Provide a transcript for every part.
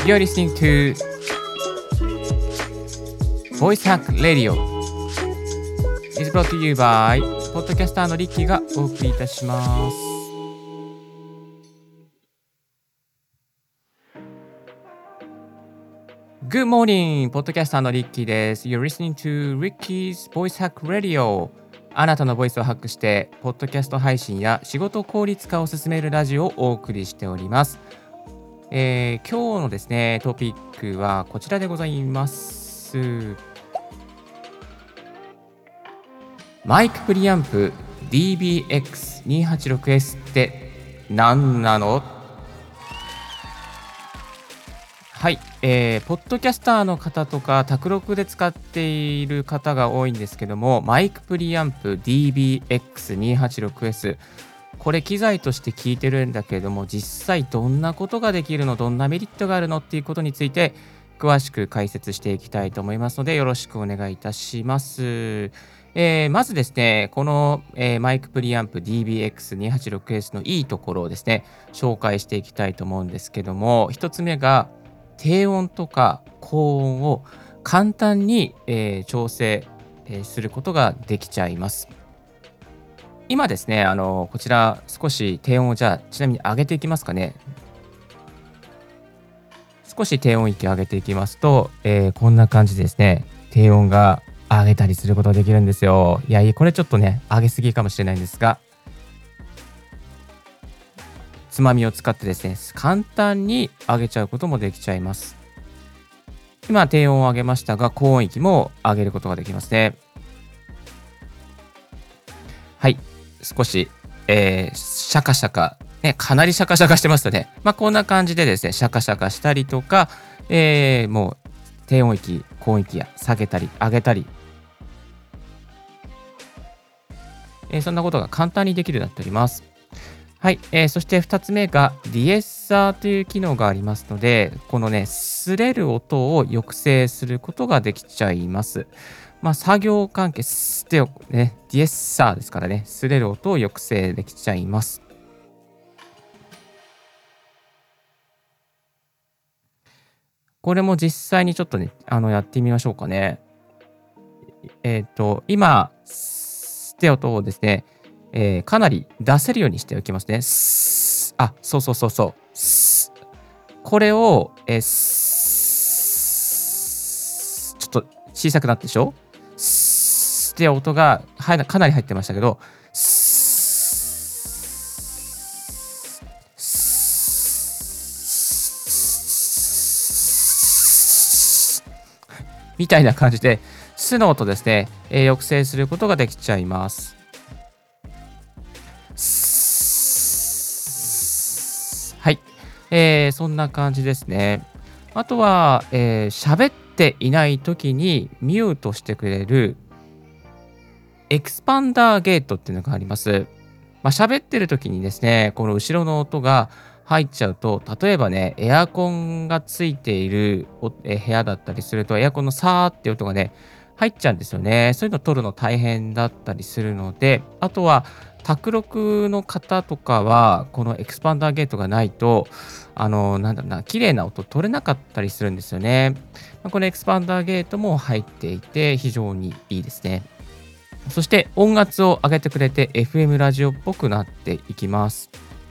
You're listening to Voice Hack Radio is brought to you by ポッドキャスターのリッキーがお送りいたします。Good morning! ポッドキャスターのリッキーです。You're listening to Ricky's Voice Hack Radio。あなたのボイスをハックして、ポッドキャスト配信や仕事効率化を進めるラジオをお送りしております。今日のですね、トピックはこちらでございます。マイクプリアンプ DBX286S って何なの？はい、ポッドキャスターの方とか卓録で使っている方が多いんですけども、マイクプリアンプ DBX286S、 これ機材として聞いてるんだけども、実際どんなことができるの、どんなメリットがあるのっていうことについて詳しく解説していきたいと思いますので、よろしくお願いいたします。まずですね、この、マイクプリアンプ DBX286S のいいところをですね、紹介していきたいと思うんですけども、一つ目が低音とか高音を簡単に、調整、することができちゃいます。今ですね、こちら少し低音をちなみに上げていきますかね。少し低音域を上げていきますと、こんな感じですね、低音が上げたりすることができるんですよ。いや、これちょっとね、上げすぎかもしれないんですが、つまみを使ってですね、簡単に上げちゃうこともできちゃいます。今、低音を上げましたが、高音域も上げることができますね。はい、少し、シャカシャカ、ね、かなりシャカシャカしてますよね。こんな感じでですね、シャカシャカしたりとか、もう低音域、高音域や下げたり上げたり、そんなことが簡単にできるようになっております。はい、そして2つ目がディエッサーという機能がありますので、このね、擦れる音を抑制することができちゃいます。作業関係、ディエッサーですからね、擦れる音を抑制できちゃいます。これも実際にちょっとね、やってみましょうかね。今、って音をですね、かなり出せるようにしておきますね。そう。これを、ちょっと小さくなってでしょ？って音がかなり入ってましたけど、みたいな感じで、スの音ですね、抑制することができちゃいます。はい、そんな感じですね。あとは、喋っていない時にミュートしてくれるエクスパンダーゲートっていうのがあります。喋ってる時にですね、この後ろの音が入っちゃうと、例えばね、エアコンがついている部屋だったりすると、エアコンのサーって音がね、入っちゃうんですよね。そういうのを取るの大変だったりするので、あとは卓録の方とかは、このエクスパンダーゲートがないと、綺麗な音取れなかったりするんですよね。このエクスパンダーゲートも入っていて、非常にいいですね。そして音圧を上げてくれて FM ラジオっぽくなっていきます。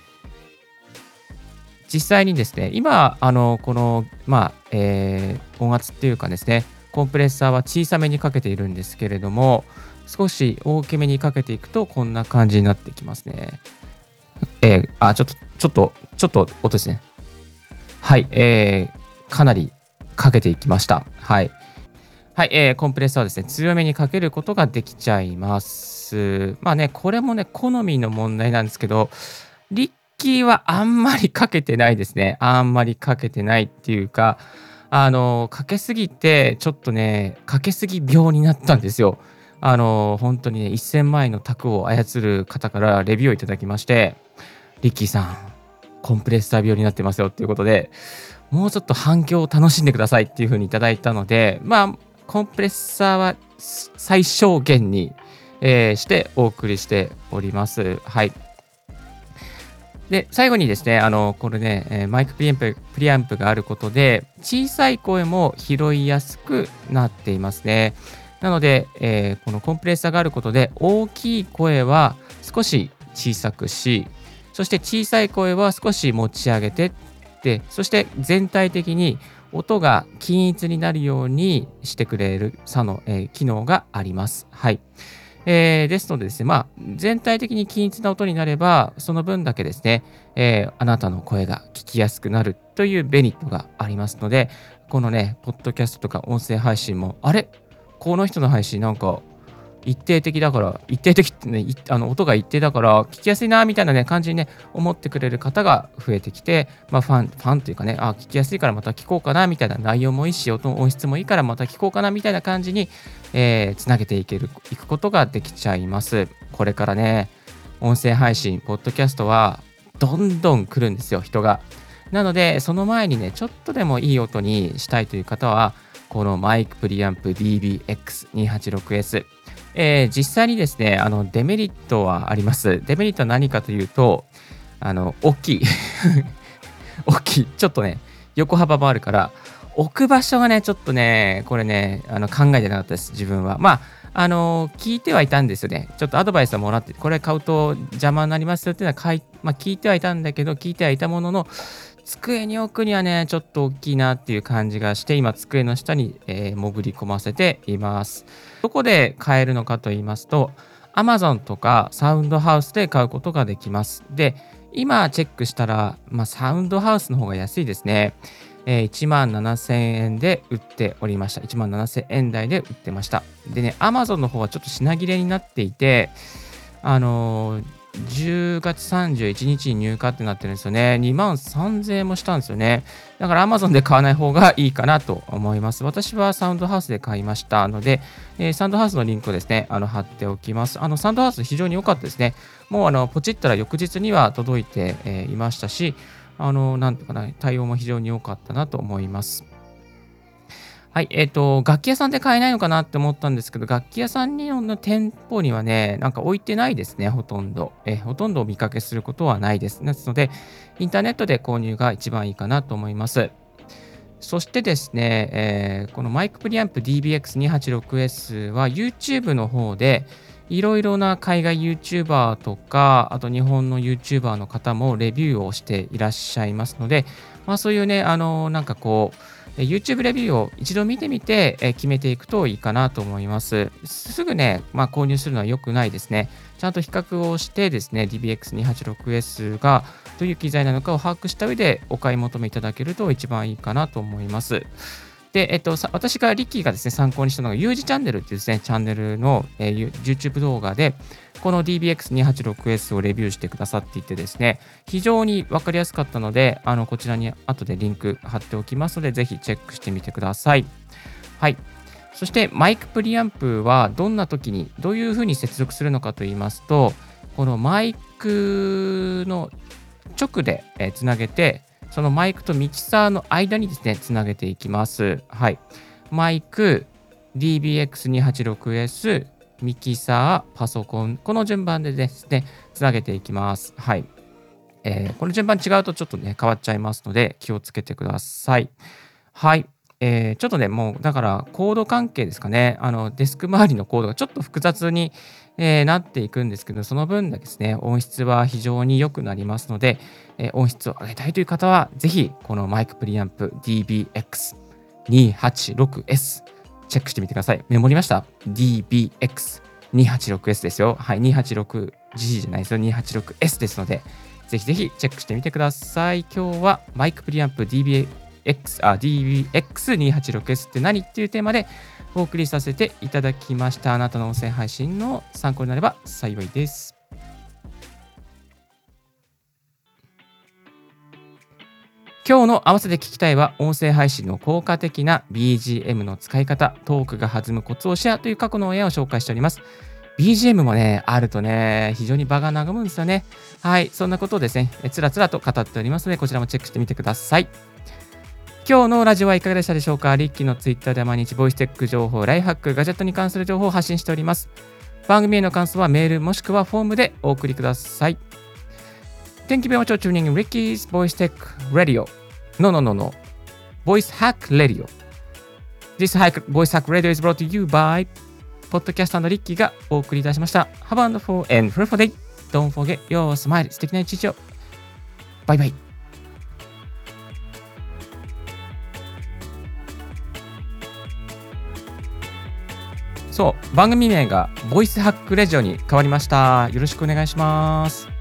実際にですね、今、この、音圧っていうかですね、コンプレッサーは小さめにかけているんですけれども、少し大きめにかけていくとこんな感じになってきますね。ちょっと音ですね。はい、かなりかけていきました。はい。はい、コンプレッサーをですね、強めにかけることができちゃいます。これもね、好みの問題なんですけど、リッキーはあんまりかけてないですね。あんまりかけてないっていうか、かけすぎて、ちょっとね、かけすぎ病になったんですよ。本当にね、1000万円の卓を操る方からレビューをいただきまして、リッキーさん、コンプレッサー病になってますよっていうことで、もうちょっと反響を楽しんでくださいっていう風にいただいたので、コンプレッサーは最小限に、してお送りしております。はい。 で、最後にですね、これね、マイクプリアンプがあることで、小さい声も拾いやすくなっていますね。なので、このコンプレッサーがあることで、大きい声は少し小さくし、そして小さい声は少し持ち上げてって、そして全体的に音が均一になるようにしてくれる機能があります。はい。ですのでですね、全体的に均一な音になれば、その分だけですね、あなたの声が聞きやすくなるというメリットがありますので、このね、ポッドキャストとか音声配信も、あれこの人の配信なんか一定的だから、一定的ってね、音が一定だから聞きやすいなみたいなね、感じにね、思ってくれる方が増えてきて、ファンというかね、聞きやすいからまた聞こうかなみたいな、内容もいいし、音質もいいからまた聞こうかなみたいな感じに、つなげていくことができちゃいます。これからね、音声配信、ポッドキャストはどんどん来るんですよ、人が。なので、その前にね、ちょっとでもいい音にしたいという方は、このマイクプリアンプ DBX286S、実際にですね、デメリットはあります。デメリットは何かというと、大きい。大きい。ちょっとね、横幅もあるから、置く場所がね、ちょっとね、これね、考えてなかったです、自分は。聞いてはいたんですよね。ちょっとアドバイスはもらって、これ買うと邪魔になりますよっていうのは聞いてはいたんだけど、聞いてはいたものの、机に置くにはね、ちょっと大きいなっていう感じがして、今、机の下に、潜り込ませています。どこで買えるのかと言いますと、Amazon とかサウンドハウスで買うことができます。で、今チェックしたら、サウンドハウスの方が安いですね。1万7000円で売っておりました。1万7000円台で売ってました。でね、Amazon の方はちょっと品切れになっていて、10月31日に入荷ってなってるんですよね。2万3000円もしたんですよね。だから Amazon で買わない方がいいかなと思います。私はサウンドハウスで買いましたので、サウンドハウスのリンクをですね、貼っておきます。サウンドハウス非常に良かったですね。もうポチったら翌日には届いて、いましたし、なんとかな、対応も非常に良かったなと思います。はい、楽器屋さんで買えないのかなって思ったんですけど、楽器屋さんの店舗にはね、なんか置いてないですね、ほとんど。ほとんどお見かけすることはないです。ですので、インターネットで購入が一番いいかなと思います。そしてですね、このマイクプリアンプ DBX286S は YouTube の方で、いろいろな海外 YouTuber とか、あと日本の YouTuber の方もレビューをしていらっしゃいますので、そういうね、YouTube レビューを一度見てみて、決めていくといいかなと思います。すぐね、購入するのは良くないですね。ちゃんと比較をしてですね、DBX286S がどういう機材なのかを把握した上でお買い求めいただけると一番いいかなと思います。で、私がリッキーがですね、参考にしたのが、ユージチャンネルっていうですね、チャンネルの、YouTube 動画で、この DBX286S をレビューしてくださっていてですね、非常に分かりやすかったので、こちらに後でリンク貼っておきますので、ぜひチェックしてみてください。はい。そして、マイクプリアンプはどんな時に、どういうふうに接続するのかと言いますと、このマイクの直でつなげて、そのマイクとミキサーの間にですね、つなげていきます。はい。マイク、DBX286S、ミキサー、パソコン、この順番でですね、つなげていきます。はい。この順番違うとちょっとね、変わっちゃいますので、気をつけてください。はい。ちょっとね、もうだからコード関係ですかね。デスク周りのコードがちょっと複雑に、なっていくんですけど、その分だけですね、音質は非常に良くなりますので、音質を上げたいという方は、ぜひこのマイクプリアンプ DBX286S チェックしてみてください。メモりました？ DBX286S ですよ。はい、286G じゃないですよ。286S ですので、ぜひぜひチェックしてみてください。今日はマイクプリアンプ DBX286S って何っていうテーマでお送りさせていただきました。あなたの音声配信の参考になれば幸いです。今日の合わせて聞きたいは、音声配信の効果的な BGM の使い方、トークが弾むコツをシェアという過去のオンエアを紹介しております。BGM もね、あるとね、非常に場が和むんですよね。はい、そんなことをですね、つらつらと語っておりますので、こちらもチェックしてみてください。今日のラジオはいかがでしたでしょうか？リッキーのツイッターでは毎日ボイステック情報、ライフハック、ガジェットに関する情報を発信しております。番組への感想はメールもしくはフォームでお送りください。 Thank you very much for tuning in Ricky's Voice Tech Radio. No, no, no, no. Voice Hack Radio. This Voice Hack Radio is brought to you by Podcast and Ricky がお送りいたしました。Have a wonderful and fruitful day. Don't forget your smile. 素敵な一日を。バイバイ。そう、番組名がボイスハックラジオに変わりました。よろしくお願いします。